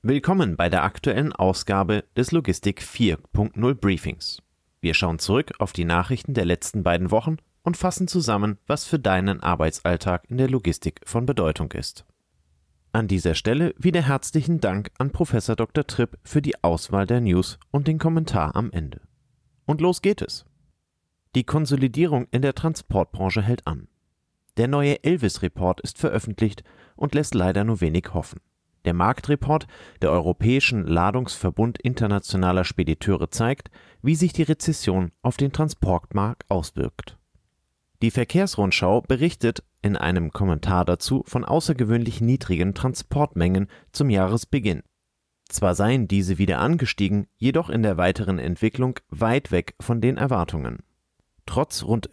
Willkommen bei der aktuellen Ausgabe des Logistik 4.0 Briefings. Wir schauen zurück auf die Nachrichten der letzten beiden Wochen und fassen zusammen, was für deinen Arbeitsalltag in der Logistik von Bedeutung ist. An dieser Stelle wieder herzlichen Dank an Prof. Dr. Tripp für die Auswahl der News und den Kommentar am Ende. Und los geht es. Die Konsolidierung in der Transportbranche hält an. Der neue Elvis-Report ist veröffentlicht und lässt leider nur wenig hoffen. Der Marktreport der Europäischen Ladungsverbund internationaler Spediteure zeigt, wie sich die Rezession auf den Transportmarkt auswirkt. Die Verkehrsrundschau berichtet in einem Kommentar dazu von außergewöhnlich niedrigen Transportmengen zum Jahresbeginn. Zwar seien diese wieder angestiegen, jedoch in der weiteren Entwicklung weit weg von den Erwartungen. Trotz rund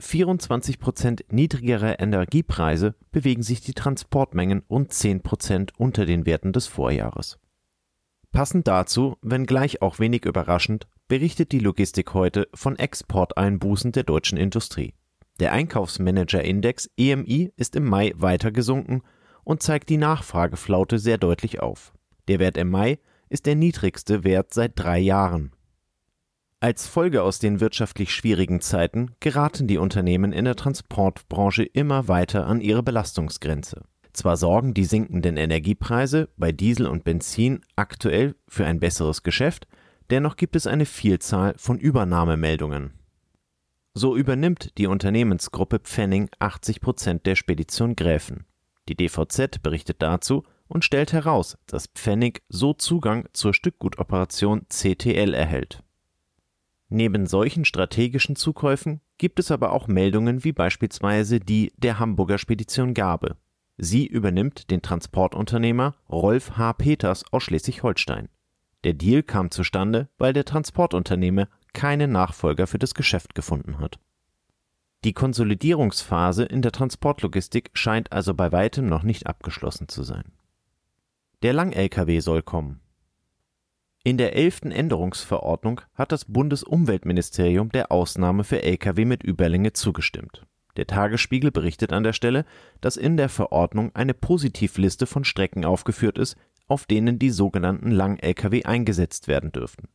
24% niedrigerer Energiepreise bewegen sich die Transportmengen rund 10% unter den Werten des Vorjahres. Passend dazu, wenngleich auch wenig überraschend, berichtet die Logistik heute von Exporteinbußen der deutschen Industrie. Der Einkaufsmanager-Index EMI ist im Mai weiter gesunken und zeigt die Nachfrageflaute sehr deutlich auf. Der Wert im Mai ist der niedrigste Wert seit 3 Jahren. Als Folge aus den wirtschaftlich schwierigen Zeiten geraten die Unternehmen in der Transportbranche immer weiter an ihre Belastungsgrenze. Zwar sorgen die sinkenden Energiepreise bei Diesel und Benzin aktuell für ein besseres Geschäft, dennoch gibt es eine Vielzahl von Übernahmemeldungen. So übernimmt die Unternehmensgruppe Pfennig 80% der Spedition Gräfen. Die DVZ berichtet dazu und stellt heraus, dass Pfennig so Zugang zur Stückgutoperation CTL erhält. Neben solchen strategischen Zukäufen gibt es aber auch Meldungen wie beispielsweise die der Hamburger Spedition Garbe. Sie übernimmt den Transportunternehmer Rolf H. Peters aus Schleswig-Holstein. Der Deal kam zustande, weil der Transportunternehmer keinen Nachfolger für das Geschäft gefunden hat. Die Konsolidierungsphase in der Transportlogistik scheint also bei weitem noch nicht abgeschlossen zu sein. Der Lang-LKW soll kommen. In der 11. Änderungsverordnung hat das Bundesumweltministerium der Ausnahme für Lkw mit Überlänge zugestimmt. Der Tagesspiegel berichtet an der Stelle, dass in der Verordnung eine Positivliste von Strecken aufgeführt ist, auf denen die sogenannten Lang-Lkw eingesetzt werden dürften.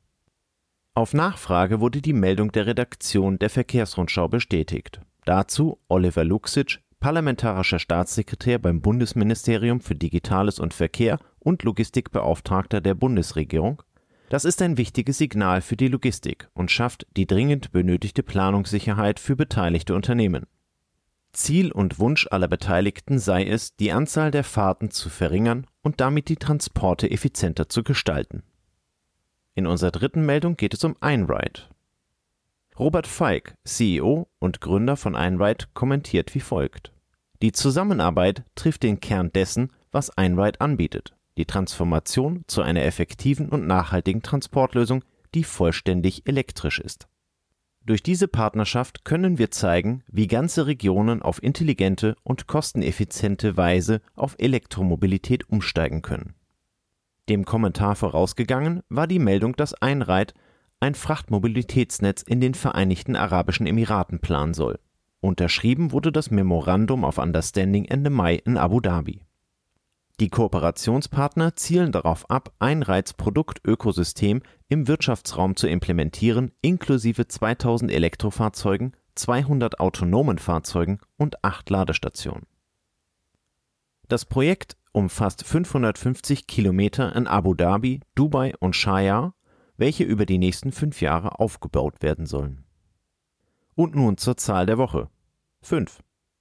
Auf Nachfrage wurde die Meldung der Redaktion der Verkehrsrundschau bestätigt. Dazu Oliver Luxic, parlamentarischer Staatssekretär beim Bundesministerium für Digitales und Verkehr und Logistikbeauftragter der Bundesregierung: Das ist ein wichtiges Signal für die Logistik und schafft die dringend benötigte Planungssicherheit für beteiligte Unternehmen. Ziel und Wunsch aller Beteiligten sei es, die Anzahl der Fahrten zu verringern und damit die Transporte effizienter zu gestalten. In unserer dritten Meldung geht es um Einride. Robert Falk, CEO und Gründer von Einride, kommentiert wie folgt: Die Zusammenarbeit trifft den Kern dessen, was Einride anbietet: die Transformation zu einer effektiven und nachhaltigen Transportlösung, die vollständig elektrisch ist. Durch diese Partnerschaft können wir zeigen, wie ganze Regionen auf intelligente und kosteneffiziente Weise auf Elektromobilität umsteigen können. Dem Kommentar vorausgegangen war die Meldung, dass Einride ein Frachtmobilitätsnetz in den Vereinigten Arabischen Emiraten planen soll. Unterschrieben wurde das Memorandum of Understanding Ende Mai in Abu Dhabi. Die Kooperationspartner zielen darauf ab, Einrides Produktökosystem im Wirtschaftsraum zu implementieren, inklusive 2000 Elektrofahrzeugen, 200 autonomen Fahrzeugen und 8 Ladestationen. Das Projekt umfasst 550 Kilometer in Abu Dhabi, Dubai und Sharjah, welche über die nächsten 5 Jahre aufgebaut werden sollen. Und nun zur Zahl der Woche: 5.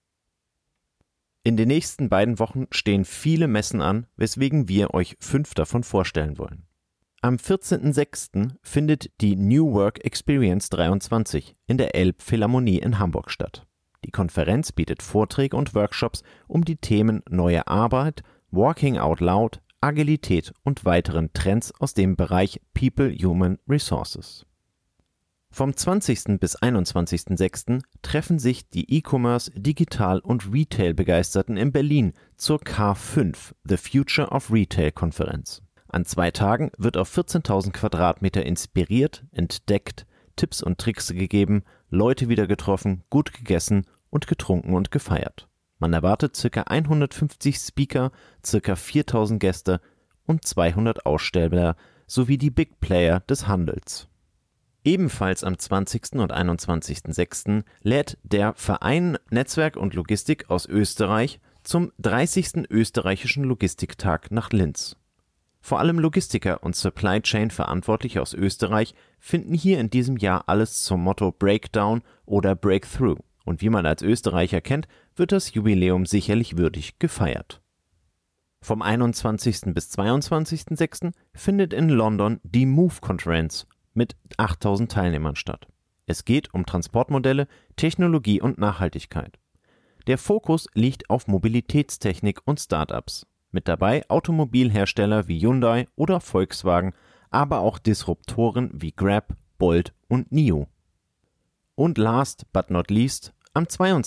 In den nächsten beiden Wochen stehen viele Messen an, weswegen wir euch 5 davon vorstellen wollen. Am 14.06. findet die New Work Experience 23 in der Elbphilharmonie in Hamburg statt. Die Konferenz bietet Vorträge und Workshops um die Themen neue Arbeit, Working Out Loud, Agilität und weiteren Trends aus dem Bereich People Human Resources. Vom 20. bis 21.06. treffen sich die E-Commerce, Digital- und Retail-Begeisterten in Berlin zur K5, The Future of Retail-Konferenz. An 2 Tagen wird auf 14.000 Quadratmeter inspiriert, entdeckt, Tipps und Tricks gegeben, Leute wieder getroffen, gut gegessen und getrunken und gefeiert. Man erwartet ca. 150 Speaker, ca. 4.000 Gäste und 200 Aussteller sowie die Big Player des Handels. Ebenfalls am 20. und 21.06. lädt der Verein Netzwerk und Logistik aus Österreich zum 30. österreichischen Logistiktag nach Linz. Vor allem Logistiker und Supply Chain Verantwortliche aus Österreich finden hier in diesem Jahr alles zum Motto Breakdown oder Breakthrough. Und wie man als Österreicher kennt, wird das Jubiläum sicherlich würdig gefeiert. Vom 21. bis 22.06. findet in London die MOVE-Konferenz mit 8000 Teilnehmern statt. Es geht um Transportmodelle, Technologie und Nachhaltigkeit. Der Fokus liegt auf Mobilitätstechnik und Startups. Mit dabei Automobilhersteller wie Hyundai oder Volkswagen, aber auch Disruptoren wie Grab, Bolt und NIO. Und last but not least, am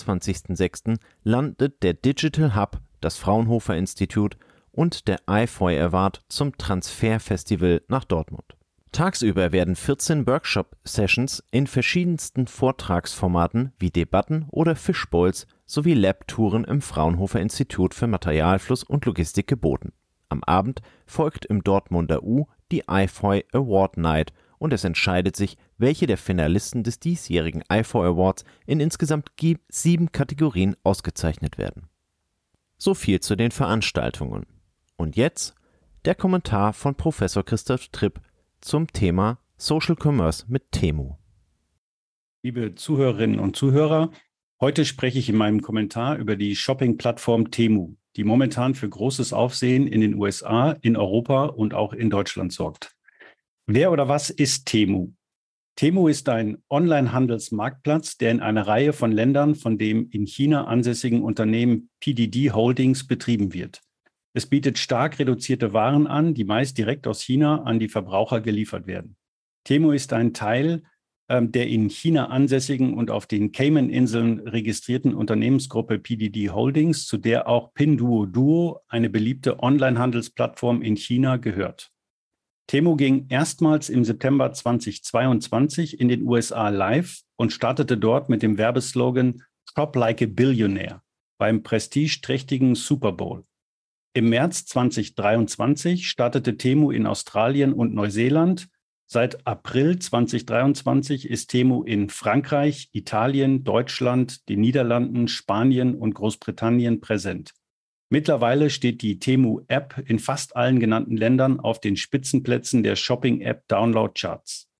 22.06. landet der Digital Hub, das Fraunhofer Institut und der IFOY Award zum Transferfestival nach Dortmund. Tagsüber werden 14 Workshop-Sessions in verschiedensten Vortragsformaten wie Debatten oder Fishbowls sowie Lab-Touren im Fraunhofer Institut für Materialfluss und Logistik geboten. Am Abend folgt im Dortmunder U die IFOY Award Night und es entscheidet sich, welche der Finalisten des diesjährigen IFOY Awards in insgesamt 7 Kategorien ausgezeichnet werden. So viel zu den Veranstaltungen. Und jetzt der Kommentar von Professor Christoph Tripp zum Thema Social Commerce mit Temu. Liebe Zuhörerinnen und Zuhörer, heute spreche ich in meinem Kommentar über die Shopping-Plattform Temu, die momentan für großes Aufsehen in den USA, in Europa und auch in Deutschland sorgt. Wer oder was ist Temu? Temu ist ein Online-Handelsmarktplatz, der in einer Reihe von Ländern von dem in China ansässigen Unternehmen PDD Holdings betrieben wird. Es bietet stark reduzierte Waren an, die meist direkt aus China an die Verbraucher geliefert werden. Temu ist ein Teil der in China ansässigen und auf den Cayman-Inseln registrierten Unternehmensgruppe PDD Holdings, zu der auch Pinduoduo, eine beliebte Online-Handelsplattform in China, gehört. Temu ging erstmals im September 2022 in den USA live und startete dort mit dem Werbeslogan Shop like a Billionaire beim prestigeträchtigen Super Bowl. Im März 2023 startete Temu in Australien und Neuseeland. Seit April 2023 ist Temu in Frankreich, Italien, Deutschland, den Niederlanden, Spanien und Großbritannien präsent. Mittlerweile steht die Temu-App in fast allen genannten Ländern auf den Spitzenplätzen der Shopping-App-Download-Charts.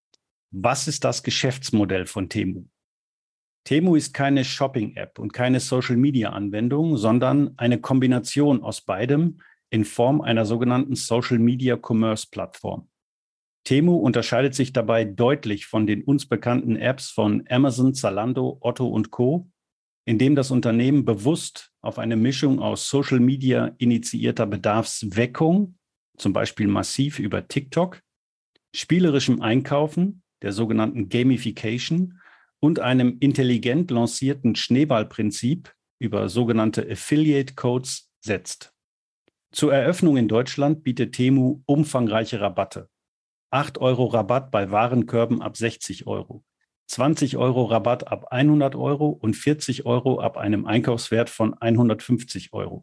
Was ist das Geschäftsmodell von Temu? Temu ist keine Shopping-App und keine Social-Media-Anwendung, sondern eine Kombination aus beidem in Form einer sogenannten Social-Media-Commerce-Plattform. Temu unterscheidet sich dabei deutlich von den uns bekannten Apps von Amazon, Zalando, Otto und Co., indem das Unternehmen bewusst auf eine Mischung aus Social-Media initiierter Bedarfsweckung, zum Beispiel massiv über TikTok, spielerischem Einkaufen, der sogenannten Gamification, und einem intelligent lancierten Schneeballprinzip über sogenannte Affiliate Codes setzt. Zur Eröffnung in Deutschland bietet Temu umfangreiche Rabatte. 8 € Rabatt bei Warenkörben ab 60 €, 20 € Rabatt ab 100 € und 40 € ab einem Einkaufswert von 150 €.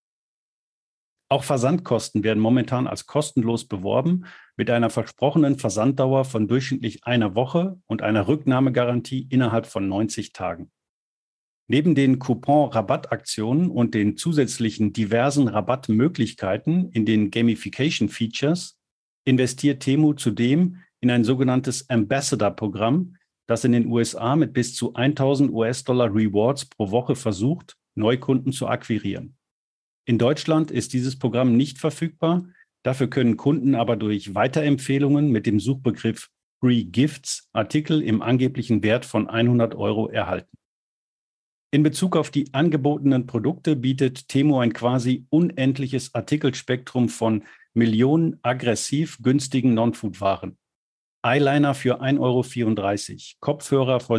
Auch Versandkosten werden momentan als kostenlos beworben, mit einer versprochenen Versanddauer von durchschnittlich einer Woche und einer Rücknahmegarantie innerhalb von 90 Tagen. Neben den Coupon-Rabattaktionen und den zusätzlichen diversen Rabattmöglichkeiten in den Gamification-Features investiert Temu zudem in ein sogenanntes Ambassador-Programm, das in den USA mit bis zu 1.000 US-Dollar Rewards pro Woche versucht, Neukunden zu akquirieren. In Deutschland ist dieses Programm nicht verfügbar. Dafür können Kunden aber durch Weiterempfehlungen mit dem Suchbegriff Free Gifts Artikel im angeblichen Wert von 100 € erhalten. In Bezug auf die angebotenen Produkte bietet Temu ein quasi unendliches Artikelspektrum von Millionen aggressiv günstigen Non-Food-Waren. Eyeliner für 1,34 €, Kopfhörer für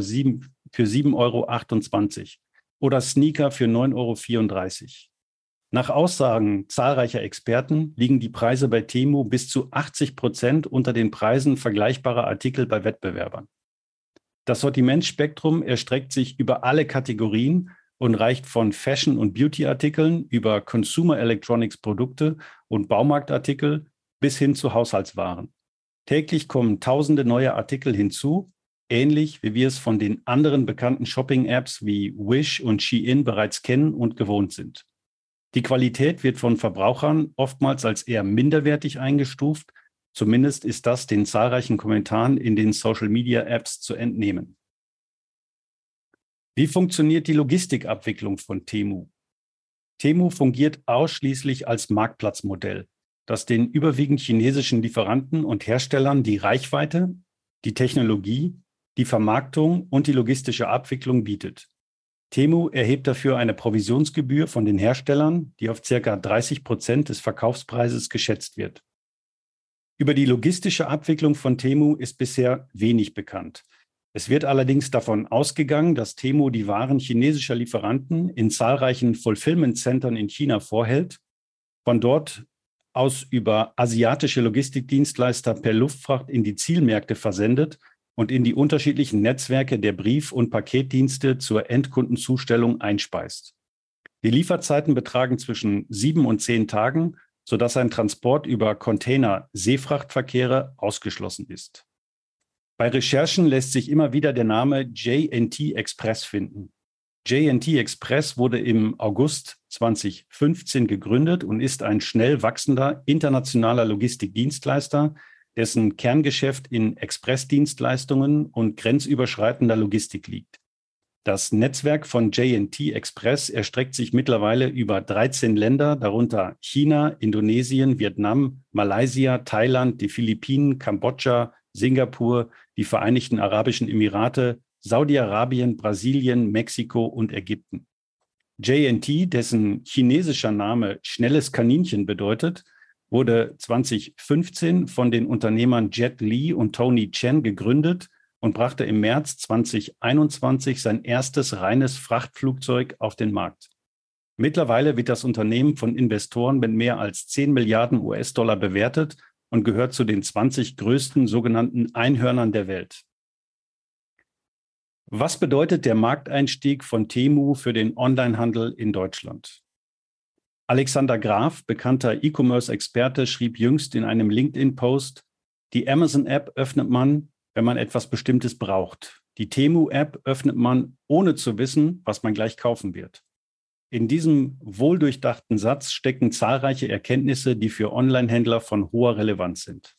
7,28 € oder Sneaker für 9,34 €. Nach Aussagen zahlreicher Experten liegen die Preise bei Temu bis zu 80% unter den Preisen vergleichbarer Artikel bei Wettbewerbern. Das Sortimentsspektrum erstreckt sich über alle Kategorien und reicht von Fashion- und Beauty-Artikeln über Consumer Electronics-Produkte und Baumarktartikel bis hin zu Haushaltswaren. Täglich kommen tausende neue Artikel hinzu, ähnlich wie wir es von den anderen bekannten Shopping-Apps wie Wish und Shein bereits kennen und gewohnt sind. Die Qualität wird von Verbrauchern oftmals als eher minderwertig eingestuft. Zumindest ist das den zahlreichen Kommentaren in den Social-Media-Apps zu entnehmen. Wie funktioniert die Logistikabwicklung von Temu? Temu fungiert ausschließlich als Marktplatzmodell, das den überwiegend chinesischen Lieferanten und Herstellern die Reichweite, die Technologie, die Vermarktung und die logistische Abwicklung bietet. Temu erhebt dafür eine Provisionsgebühr von den Herstellern, die auf ca. 30% des Verkaufspreises geschätzt wird. Über die logistische Abwicklung von Temu ist bisher wenig bekannt. Es wird allerdings davon ausgegangen, dass Temu die Waren chinesischer Lieferanten in zahlreichen Fulfillment-Centern in China vorhält, von dort aus über asiatische Logistikdienstleister per Luftfracht in die Zielmärkte versendet und in die unterschiedlichen Netzwerke der Brief- und Paketdienste zur Endkundenzustellung einspeist. Die Lieferzeiten betragen zwischen 7 und 10 Tagen, sodass ein Transport über Container-Seefrachtverkehre ausgeschlossen ist. Bei Recherchen lässt sich immer wieder der Name J&T Express finden. J&T Express wurde im August 2015 gegründet und ist ein schnell wachsender internationaler Logistikdienstleister, dessen Kerngeschäft in Expressdienstleistungen und grenzüberschreitender Logistik liegt. Das Netzwerk von J&T Express erstreckt sich mittlerweile über 13 Länder, darunter China, Indonesien, Vietnam, Malaysia, Thailand, die Philippinen, Kambodscha, Singapur, die Vereinigten Arabischen Emirate, Saudi-Arabien, Brasilien, Mexiko und Ägypten. J&T, dessen chinesischer Name schnelles Kaninchen bedeutet, wurde 2015 von den Unternehmern Jet Li und Tony Chen gegründet und brachte im März 2021 sein erstes reines Frachtflugzeug auf den Markt. Mittlerweile wird das Unternehmen von Investoren mit mehr als 10 Milliarden US-Dollar bewertet und gehört zu den 20 größten sogenannten Einhörnern der Welt. Was bedeutet der Markteinstieg von Temu für den Onlinehandel in Deutschland? Alexander Graf, bekannter E-Commerce-Experte, schrieb jüngst in einem LinkedIn-Post: Die Amazon-App öffnet man, wenn man etwas Bestimmtes braucht. Die Temu-App öffnet man, ohne zu wissen, was man gleich kaufen wird. In diesem wohldurchdachten Satz stecken zahlreiche Erkenntnisse, die für Online-Händler von hoher Relevanz sind.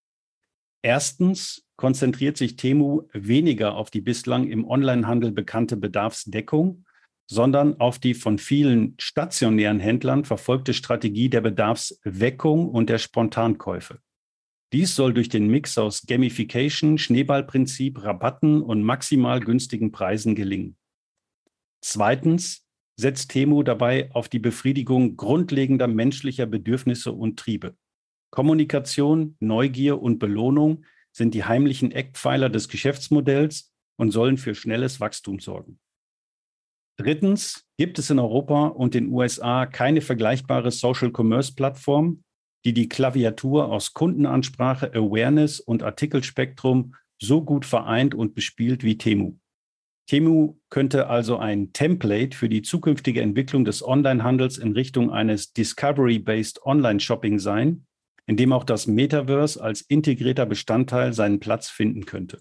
Erstens konzentriert sich Temu weniger auf die bislang im Onlinehandel bekannte Bedarfsdeckung, sondern auf die von vielen stationären Händlern verfolgte Strategie der Bedarfsweckung und der Spontankäufe. Dies soll durch den Mix aus Gamification, Schneeballprinzip, Rabatten und maximal günstigen Preisen gelingen. Zweitens setzt Temu dabei auf die Befriedigung grundlegender menschlicher Bedürfnisse und Triebe. Kommunikation, Neugier und Belohnung sind die heimlichen Eckpfeiler des Geschäftsmodells und sollen für schnelles Wachstum sorgen. Drittens gibt es in Europa und den USA keine vergleichbare Social-Commerce-Plattform, die die Klaviatur aus Kundenansprache, Awareness und Artikelspektrum so gut vereint und bespielt wie Temu. Temu könnte also ein Template für die zukünftige Entwicklung des Onlinehandels in Richtung eines Discovery-based Online-Shopping sein, in dem auch das Metaverse als integrierter Bestandteil seinen Platz finden könnte.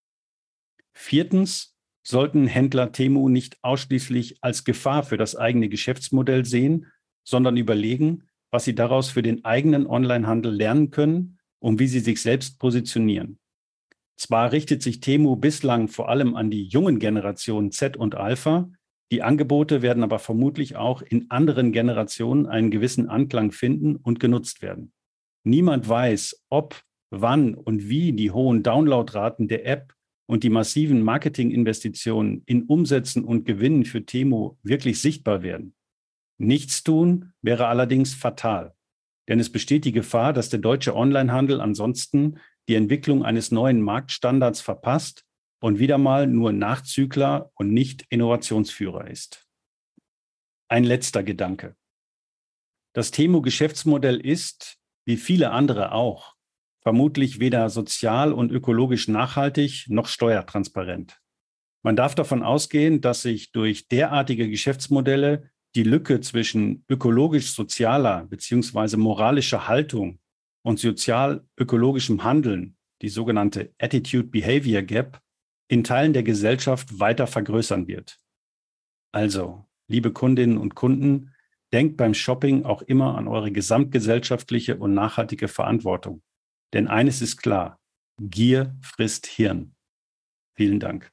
Viertens sollten Händler Temu nicht ausschließlich als Gefahr für das eigene Geschäftsmodell sehen, sondern überlegen, was sie daraus für den eigenen Onlinehandel lernen können und wie sie sich selbst positionieren. Zwar richtet sich Temu bislang vor allem an die jungen Generationen Z und Alpha, die Angebote werden aber vermutlich auch in anderen Generationen einen gewissen Anklang finden und genutzt werden. Niemand weiß, ob, wann und wie die hohen Downloadraten der App und die massiven Marketinginvestitionen in Umsätzen und Gewinnen für Temu wirklich sichtbar werden. Nichts tun wäre allerdings fatal, denn es besteht die Gefahr, dass der deutsche Onlinehandel ansonsten die Entwicklung eines neuen Marktstandards verpasst und wieder mal nur Nachzügler und nicht Innovationsführer ist. Ein letzter Gedanke. Das Temu-Geschäftsmodell ist, wie viele andere auch, vermutlich weder sozial und ökologisch nachhaltig noch steuertransparent. Man darf davon ausgehen, dass sich durch derartige Geschäftsmodelle die Lücke zwischen ökologisch-sozialer bzw. moralischer Haltung und sozial-ökologischem Handeln, die sogenannte Attitude-Behavior Gap, in Teilen der Gesellschaft weiter vergrößern wird. Also, liebe Kundinnen und Kunden, denkt beim Shopping auch immer an eure gesamtgesellschaftliche und nachhaltige Verantwortung. Denn eines ist klar: Gier frisst Hirn. Vielen Dank.